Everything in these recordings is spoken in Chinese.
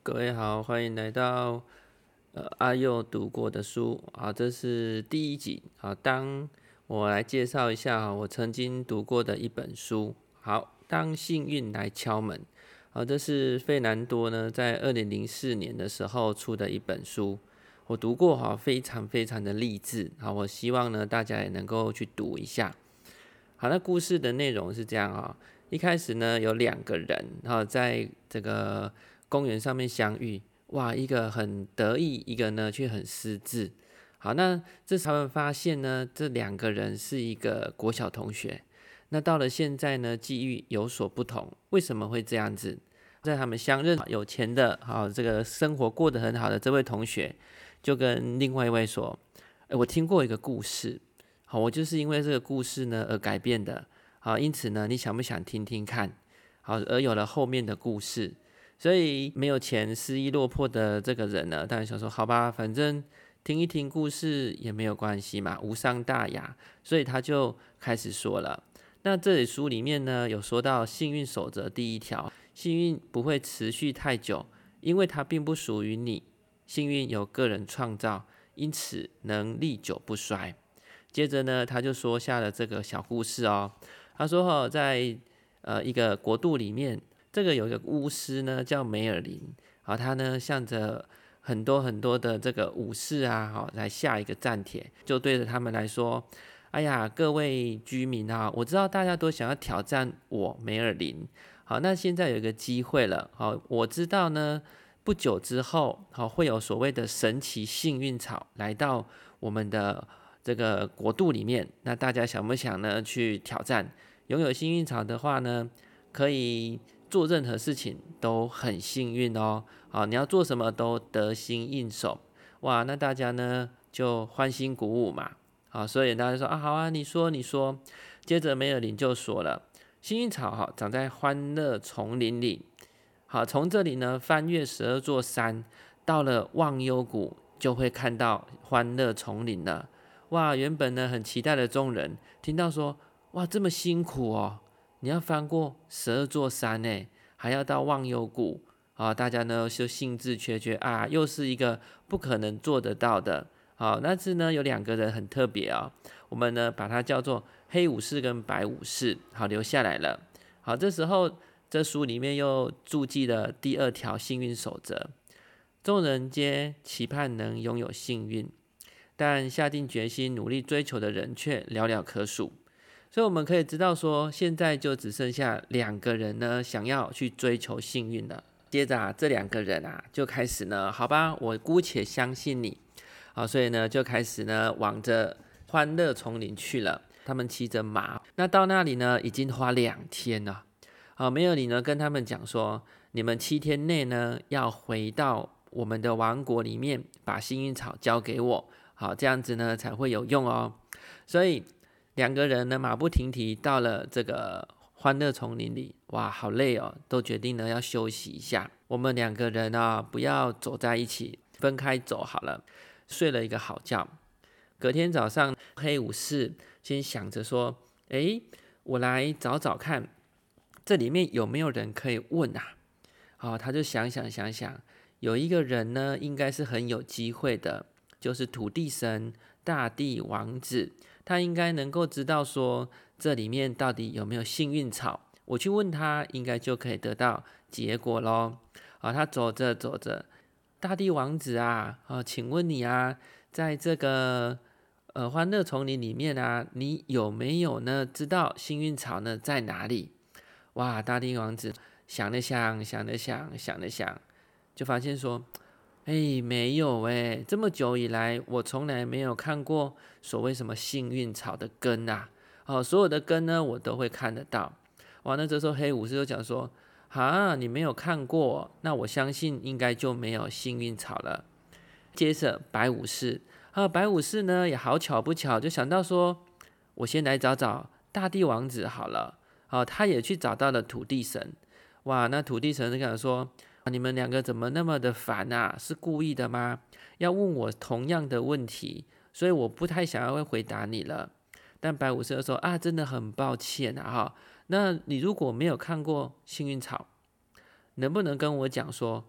各位好，欢迎来到阿佑读过的书啊，这是第一集啊。当我来介绍一下我曾经读过的一本书。好，当幸运来敲门，这是费南多呢在2004年的时候出的一本书，我读过非常非常的励志啊，我希望呢大家也能够去读一下。好，那故事的内容是这样一开始呢有两个人在这个公园上面相遇，哇，一个很得意，一个呢却很失智。好，那这时他们发现呢，这两个人是一个国小同学。那到了现在呢，际遇有所不同，为什么会这样子？在他们相认，有钱的这个生活过得很好的这位同学，就跟另外一位说：“我听过一个故事，好，我就是因为这个故事呢而改变的。好，因此呢，你想不想听听看？好，而有了后面的故事。所以没有钱、失意落魄的这个人呢，当然想说，好吧，反正听一听故事也没有关系嘛，无伤大雅。所以他就开始说了。那这里书里面呢，有说到幸运守则第一条：幸运不会持续太久，因为它并不属于你。幸运由个人创造，因此能历久不衰。接着呢，他就说下了这个小故事他说在一个国度里面，这个有一个巫师呢叫梅尔林，他呢向着很多很多的这个武士来下一个战帖，就对着他们来说：哎呀，各位居民我知道大家都想要挑战我梅尔林，好，那现在有一个机会了，好，我知道呢，不久之后会有所谓的神奇幸运草来到我们的这个国度里面，那大家想不想呢去挑战？拥有幸运草的话呢，可以做任何事情都很幸运好，你要做什么都得心应手。哇，那大家呢就欢欣鼓舞嘛。好，所以大家说好啊，你说你说。接着梅尔林就说了，幸运草长在欢乐丛林里。好，从这里呢翻越12座山，到了忘忧谷就会看到欢乐丛林了。哇，原本呢很期待的众人听到说，哇，这么辛苦你要翻过12座山呢，还要到忘忧谷大家呢就兴致缺缺又是一个不可能做得到的。好，但是呢有两个人很特别我们呢把它叫做黑武士跟白武士，好，留下来了。好，这时候这书里面又注记了第2条幸运守则：众人皆期盼能拥有幸运，但下定决心努力追求的人却寥寥可数。所以我们可以知道说，现在就只剩下2个人呢，想要去追求幸运了。接着这2个人就开始呢，好吧，我姑且相信你。好，所以呢，就开始呢，往着欢乐丛林去了。他们骑着马，那到那里呢，已经花2天了。好，梅尔里呢跟他们讲说，你们7天内呢，要回到我们的王国里面，把幸运草交给我。好，这样子呢才会有用所以2个人呢马不停蹄到了这个欢乐丛林里，哇，好累都决定呢要休息一下。我们2个人不要走在一起，分开走好了。睡了一个好觉。隔天早上，黑武士先想着说：我来找找看，这里面有没有人可以问他就想，有一个人呢，应该是很有机会的，就是土地神大地王子，他应该能够知道说这里面到底有没有幸运草，我去问他，应该就可以得到结果咯。他走着走着，大地王子请问你在这个欢乐丛林里面你有没有呢知道幸运草呢在哪里？哇，大地王子想了想，就发现说，没有这么久以来，我从来没有看过所谓什么幸运草的根所有的根呢，我都会看得到。哇，那这时候黑武士就讲说，你没有看过，那我相信应该就没有幸运草了。接着白武士白武士呢也好巧不巧就想到说，我先来找找大地王子好了。他也去找到了土地神。哇，那土地神就讲说，你们2个怎么那么的烦是故意的吗？要问我同样的问题，所以我不太想要会回答你了。但白武士就说真的很抱歉那你如果没有看过幸运草，能不能跟我讲说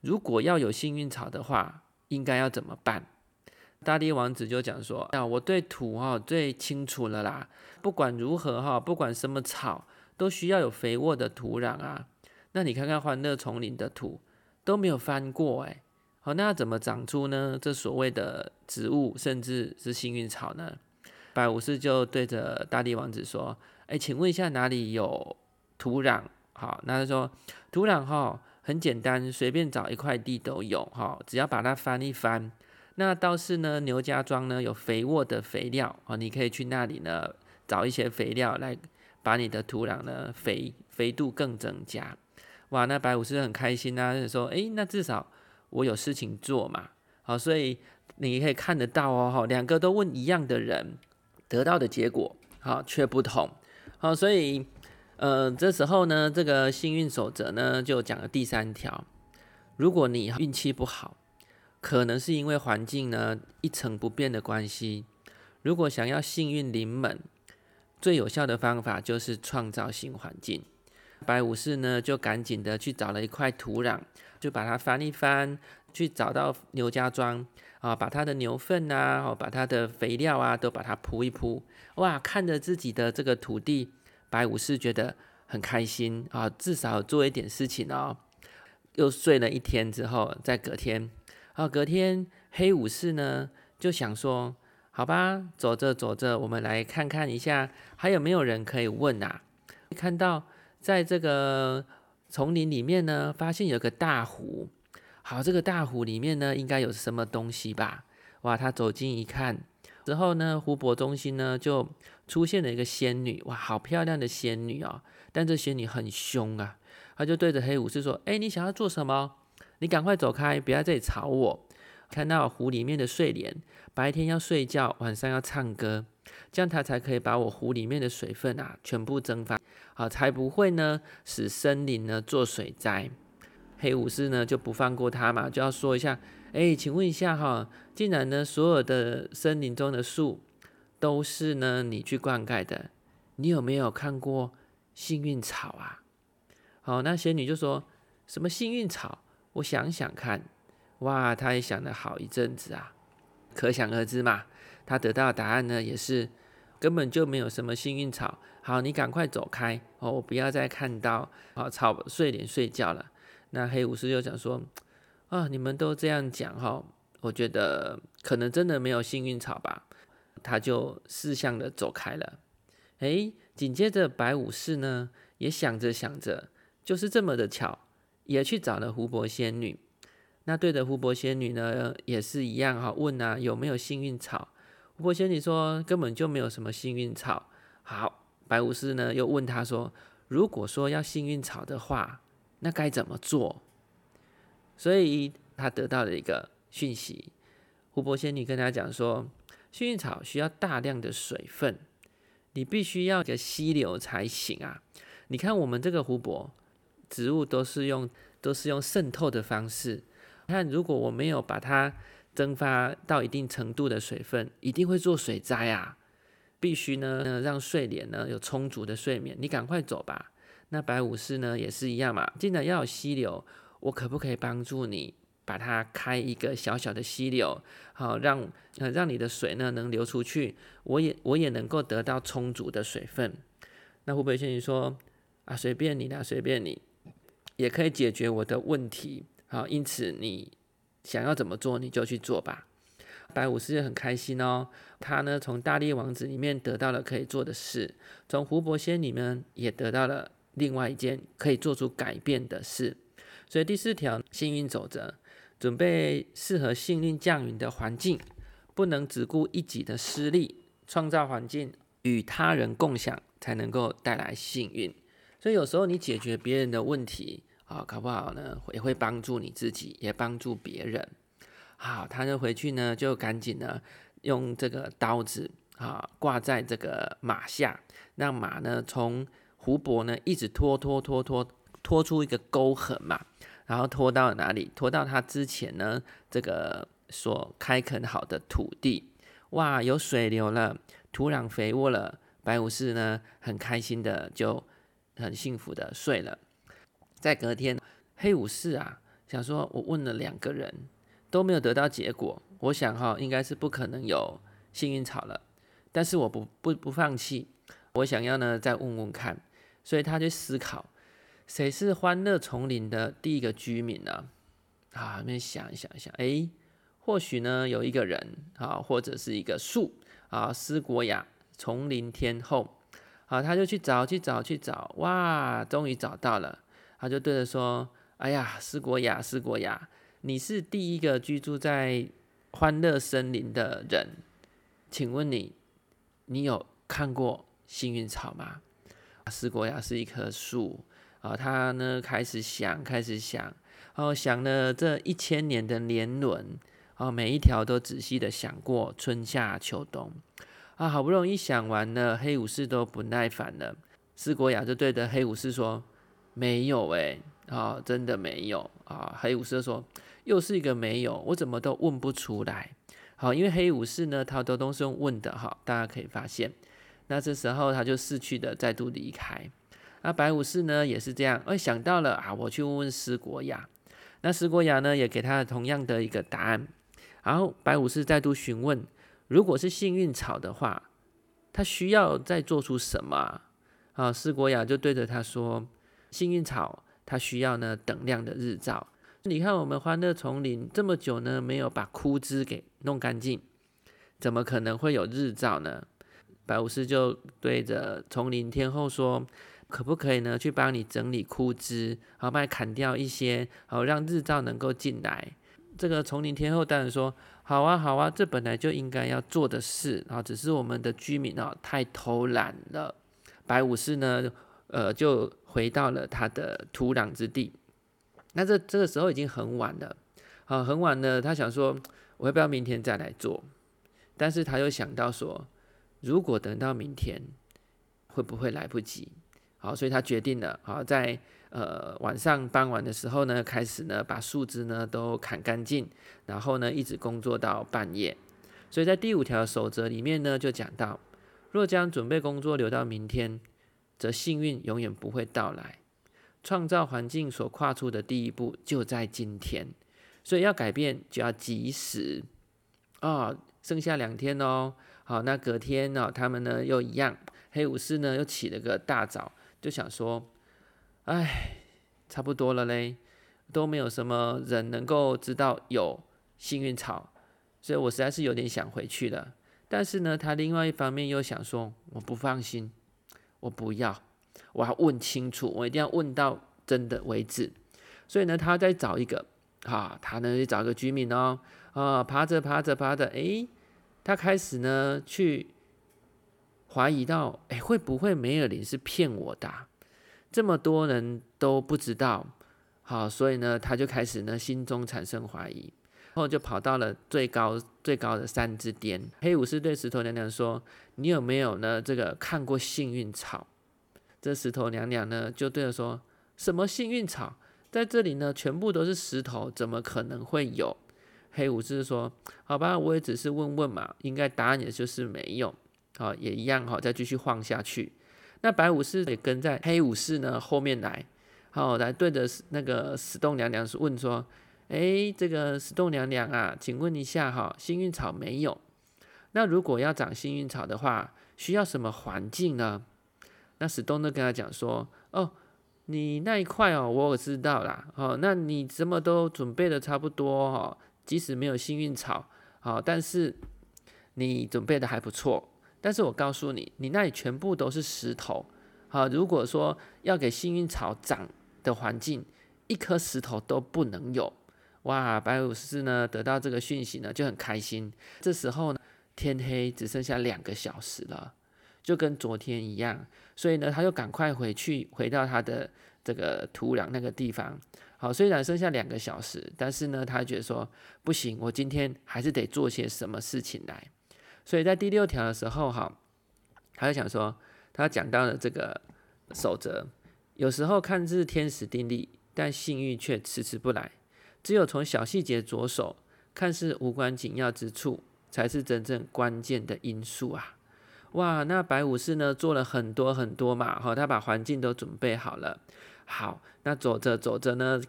如果要有幸运草的话，应该要怎么办？大力王子就讲说，我对土最清楚了啦，不管如何不管什么草，都需要有肥沃的土壤啊。那你看看欢乐丛林的土都没有翻过那要怎么长出呢？这所谓的植物，甚至是幸运草呢？白武士就对着大力王子说：“请问一下哪里有土壤？”好，那他说土壤很简单，随便找一块地都有只要把它翻一翻。那倒是呢，牛家庄呢有肥沃的肥料你可以去那里呢找一些肥料来把你的土壤呢肥度更增加。哇，那白武士很开心啊，就说那至少我有事情做嘛。好，所以你可以看得到两个都问一样的人，得到的结果却不同。好，所以这时候呢，这个幸运守则呢就讲了第3条，如果你运气不好，可能是因为环境呢一成不变的关系。如果想要幸运临门，最有效的方法就是创造新环境。白武士呢就赶紧的去找了一块土壤，就把它翻一翻，去找到牛家庄把他的牛粪把他的肥料都把它铺一铺。哇，看着自己的这个土地，白武士觉得很开心至少做一点事情又睡了一天之后，在隔天黑武士呢就想说，好吧，走着走着，我们来看看一下还有没有人可以问看到在这个丛林里面呢，发现有个大湖。好，这个大湖里面呢，应该有什么东西吧？哇，他走近一看之后呢，湖泊中心呢就出现了一个仙女。哇，好漂亮的仙女但这仙女很凶啊。他就对着黑武士说：“你想要做什么？你赶快走开，不要在这里吵我。看到湖里面的睡莲，白天要睡觉，晚上要唱歌，这样它才可以把我湖里面的水分全部蒸发，才不会呢使森林呢做水灾。”黑武士呢就不放过他嘛，就要说一下，请问一下既然呢所有的森林中的树都是呢你去灌溉的，你有没有看过幸运草啊？好，那仙女就说，什么幸运草？我想想看。哇，他也想了好一阵子可想而知嘛，他得到的答案呢也是根本就没有什么幸运草。好，你赶快走开我不要再看到草睡莲睡觉了。那黑武士就讲说，你们都这样讲我觉得可能真的没有幸运草吧。他就识相的走开了。紧接着白武士呢也想着想着，就是这么的巧，也去找了湖泊仙女。那对着湖泊仙女呢也是一样问有没有幸运草。湖泊仙女说根本就没有什么幸运草。好，白武士呢又问他说，如果说要幸运草的话，那该怎么做？所以他得到了一个讯息，湖泊仙女跟他讲说，幸运草需要大量的水分，你必须要一个溪流才行你看我们这个湖泊，植物都是用渗透的方式。看，如果我没有把它蒸发到一定程度的水分，一定会做水灾必须呢让睡莲呢有充足的睡眠。你赶快走吧。那白武士呢也是一样嘛，既然要有溪流，我可不可以帮助你把它开一个小小的溪流，好让你的水呢能流出去，我也能够得到充足的水分。那湖泊仙女说随便你啦，随便你，也可以解决我的问题。好，因此你想要怎么做你就去做吧。白武士也很开心他呢从大力王子里面得到了可以做的事，从湖泊仙女呢也得到了另外一件可以做出改变的事。所以第4条幸运守则，准备适合幸运降临的环境，不能只顾一己的私利，创造环境与他人共享，才能够带来幸运。所以有时候你解决别人的问题搞不好呢也会帮助你自己，也帮助别人。好，他就回去呢就赶紧呢用这个刀子挂在这个马下，让马呢从湖泊呢一直拖出一个沟痕嘛，然后拖到哪里？拖到他之前呢这个所开垦好的土地。哇，有水流了，土壤肥沃了，白武士呢很开心的就很幸福的睡了。在隔天，黑武士想说我问了2个人都没有得到结果，我想应该是不可能有幸运草了。但是我不放弃，我想要呢再问问看，所以他就思考谁是欢乐丛林的第一个居民呢？那边想一想，或许呢有一个人或者是一个树斯果亚丛林天后他就去找，哇，终于找到了。他就对着说：“哎呀，斯果亚，你是第一个居住在欢乐森林的人，请问你有看过幸运草吗？”斯果亚是一棵树他呢开始想，想了这1000年的年轮每一条都仔细的想过春夏秋冬好不容易想完了，黑武士都不耐烦了。斯果亚就对着黑武士说：“没有真的没有黑武士说：“又是一个没有，我怎么都问不出来。”因为黑武士呢，他都是用问的大家可以发现。那这时候他就识趣的再度离开。那白武士呢也是这样，想到了我去问问斯果亚。那斯果亚呢也给他同样的一个答案。然后白武士再度询问，如果是幸运草的话，他需要再做出什么斯果亚就对着他说：“幸运草它需要呢等量的日照。你看我们欢乐丛林这么久呢没有把枯枝给弄干净，怎么可能会有日照呢？”白武士就对着丛林天后说：“可不可以呢去帮你整理枯枝，帮你砍掉一些，让日照能够进来？”这个丛林天后当然说：“好啊，这本来就应该要做的事只是我们的居民太偷懒了。”白武士呢就回到了他的土壤之地。那这个时候已经很晚了很晚了。他想说我要不要明天再来做？但是他又想到说，如果等到明天会不会来不及？所以他决定了在晚上傍晚的时候呢，开始呢把树枝呢都砍干净，然后呢一直工作到半夜。所以在第5条守则里面呢就讲到，若将准备工作留到明天，则幸运永远不会到来。创造环境所跨出的第一步就在今天，所以要改变就要及时剩下2天那隔天他们呢又一样，黑武士呢又起了个大早，就想说差不多了嘞，都没有什么人能够知道有幸运草，所以我实在是有点想回去了。但是呢他另外一方面又想说，我不放心，我不要，我要问清楚，我一定要问到真的为止。所以呢他再找一个他呢去找一个居民爬着，他开始呢去怀疑到会不会梅尔林是骗我的这么多人都不知道所以呢他就开始呢心中产生怀疑，然后就跑到了最高的山之巅。黑武士对石头娘娘说：“你有没有呢这个看过幸运草？”这石头娘娘呢就对他说：“什么幸运草？在这里呢全部都是石头，怎么可能会有？”黑武士说：“好吧，我也只是问问嘛，应该答案也就是没有。”也一样再继续晃下去。那白武士也跟在黑武士呢后面来，来对着那个石洞娘娘问说：“这个石洞娘娘啊，请问一下幸运草没有？那如果要长幸运草的话，需要什么环境呢？”那石洞就跟他讲说：“你那一块我知道啦那你什么都准备的差不多即使没有幸运草但是你准备的还不错。但是我告诉你，你那里全部都是石头如果说要给幸运草长的环境，一颗石头都不能有。”哇，白武士呢得到这个讯息呢就很开心。这时候呢天黑只剩下2个小时了，就跟昨天一样，所以呢他就赶快回到他的这个土壤那个地方。虽然剩下2个小时，但是呢他觉得说不行，我今天还是得做些什么事情来。所以在第6条的时候他就想说，他讲到了这个守则，有时候看似天时地利，但幸运却迟迟不来。只有从小细节着手，看似无关紧要之处，才是真正关键的因素哇，那白武士呢做了很多嘛他把环境都准备好了。好，那走着呢，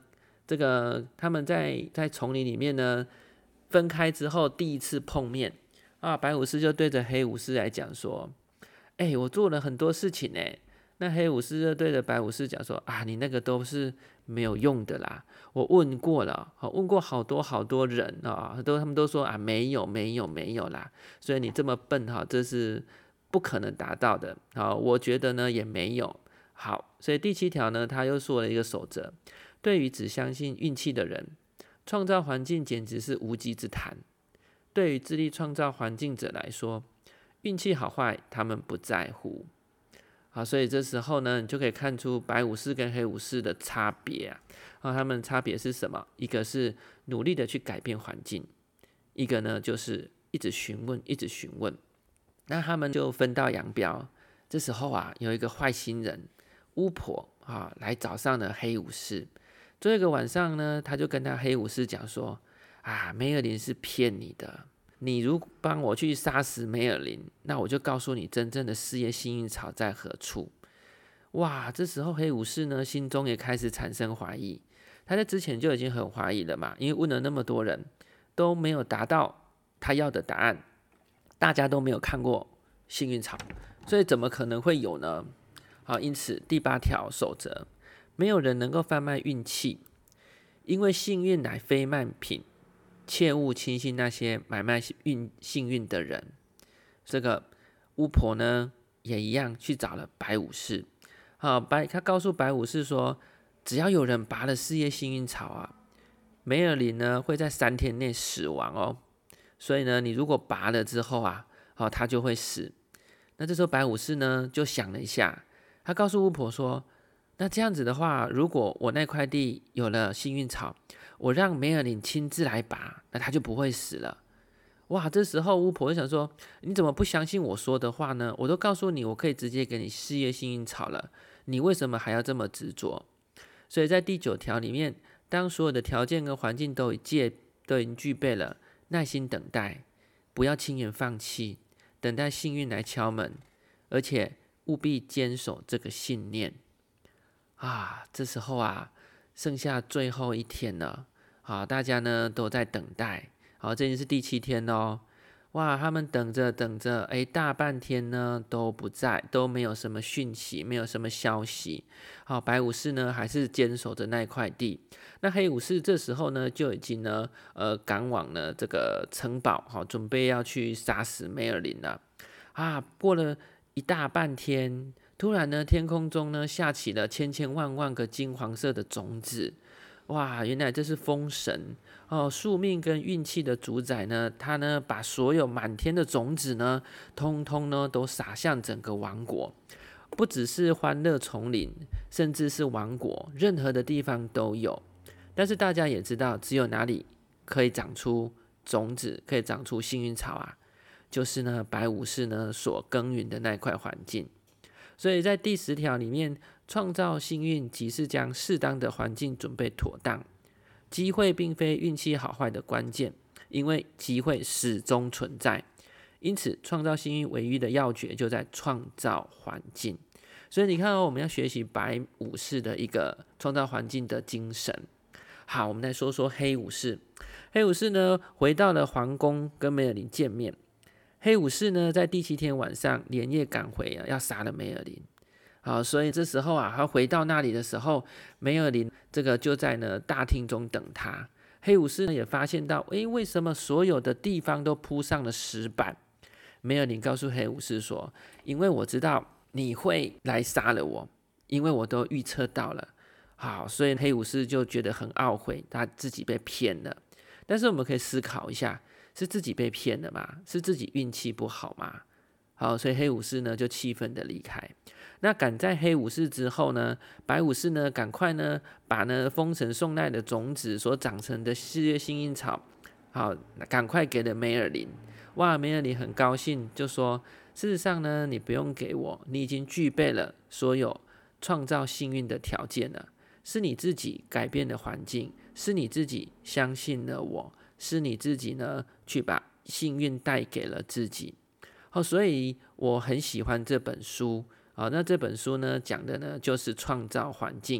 这个他们在丛林里面呢分开之后第一次碰面啊，白武士就对着黑武士来讲说：我做了很多事情呢。那黑武士就对着白武士讲说：啊，你那个都是没有用的啦，我问过了，问过好多好多人啊，他们都说啊，没有啦，所以你这么笨哈，这是不可能达到的。好，我觉得呢也没有。好，所以第7条呢，他又说了一个守则：对于只相信运气的人，创造环境简直是无稽之谈。对于致力创造环境者来说，运气好坏他们不在乎。好，所以这时候呢，你就可以看出白武士跟黑武士的差别啊。他们差别是什么？一个是努力的去改变环境，一个呢就是一直询问，一直询问。那他们就分道扬镳。这时候啊，有一个坏心人巫婆来找上了黑武士。最后一个晚上呢，他就跟他黑武士讲说：啊，梅尔林是骗你的。你如果帮我去杀死梅尔林，那我就告诉你真正的事业幸运草在何处。哇，这时候黑武士呢心中也开始产生怀疑。他在之前就已经很怀疑了嘛，因为问了那么多人都没有达到他要的答案，大家都没有看过幸运草，所以怎么可能会有呢？好，因此第8条守则：没有人能够贩卖运气，因为幸运乃非卖品。切勿轻信那些买卖幸运的人。这个巫婆呢，也一样去找了白武士。他告诉白武士说，只要有人拔了事业幸运草啊，梅尔林呢会在3天内死亡哦。所以呢，你如果拔了之后啊，他就会死。那这时候白武士呢就想了一下，他告诉巫婆说，那这样子的话，如果我那块地有了幸运草，我让梅尔林亲自来拔，那他就不会死了。哇，这时候巫婆就想说，你怎么不相信我说的话呢？我都告诉你，我可以直接给你事业幸运草了，你为什么还要这么执着？所以在第9条里面，当所有的条件跟环境都已经具备了，耐心等待，不要轻言放弃，等待幸运来敲门，而且务必坚守这个信念。这时候啊，剩下最后一天了。大家呢都在等待。这已经是第7天哦。哇，他们等着，大半天呢都不在，都没有什么讯息，没有什么消息。白武士呢还是坚守着那块地。那黑武士这时候呢就已经呢赶往了这个城堡，准备要去杀死梅尔林了。过了一大半天。突然呢，天空中呢下起了千千万万个金黄色的种子。哇，原来这是风神哦，宿命跟运气的主宰呢，他呢把所有满天的种子呢，通通呢都撒向整个王国。不只是欢乐丛林，甚至是王国，任何的地方都有。但是大家也知道，只有哪里可以长出种子，可以长出幸运草啊，就是呢白武士呢所耕耘的那块环境。所以在第10条里面，创造幸运即是将适当的环境准备妥当。机会并非运气好坏的关键，因为机会始终存在。因此，创造幸运唯一的要诀就在创造环境。所以你看我们要学习白武士的一个创造环境的精神。好，我们来说说黑武士。黑武士呢，回到了皇宫跟梅尔林见面。黑武士呢，在第7天晚上连夜赶回要杀了梅尔林。所以这时候他回到那里的时候，梅尔林这个就在呢大厅中等他。黑武士呢也发现到，为什么所有的地方都铺上了石板？梅尔林告诉黑武士说，因为我知道你会来杀了我，因为我都预测到了。好，所以黑武士就觉得很懊悔，他自己被骗了。但是我们可以思考一下，是自己被骗了吗？是自己运气不好吗？好，所以黑武士呢就气愤的离开。那赶在黑武士之后呢，白武士呢赶快呢把呢风神送来的种子所长成的事业幸运草，好，赶快给了梅尔林。哇，梅尔林很高兴，就说：事实上呢，你不用给我，你已经具备了所有创造幸运的条件了。是你自己改变了环境，是你自己相信了我，是你自己呢去把幸运带给了自己。所以我很喜欢这本书。那这本书呢讲的呢就是创造环境。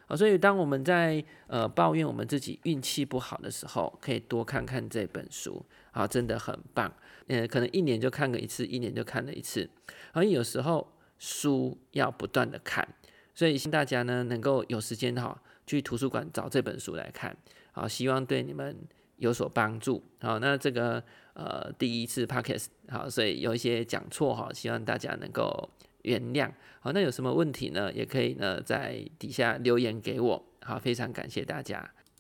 所以当我们在抱怨我们自己运气不好的时候，可以多看看这本书，真的很棒。可能1年就看个1次，1年就看了1次。而有时候书要不断的看，所以希望大家呢能够有时间去图书馆找这本书来看，希望对你们有所帮助。好，那这个第一次 podcast， 所以有一些讲错，希望大家能够原谅。好，那有什么问题呢，也可以呢在底下留言给我。好，非常感谢大家。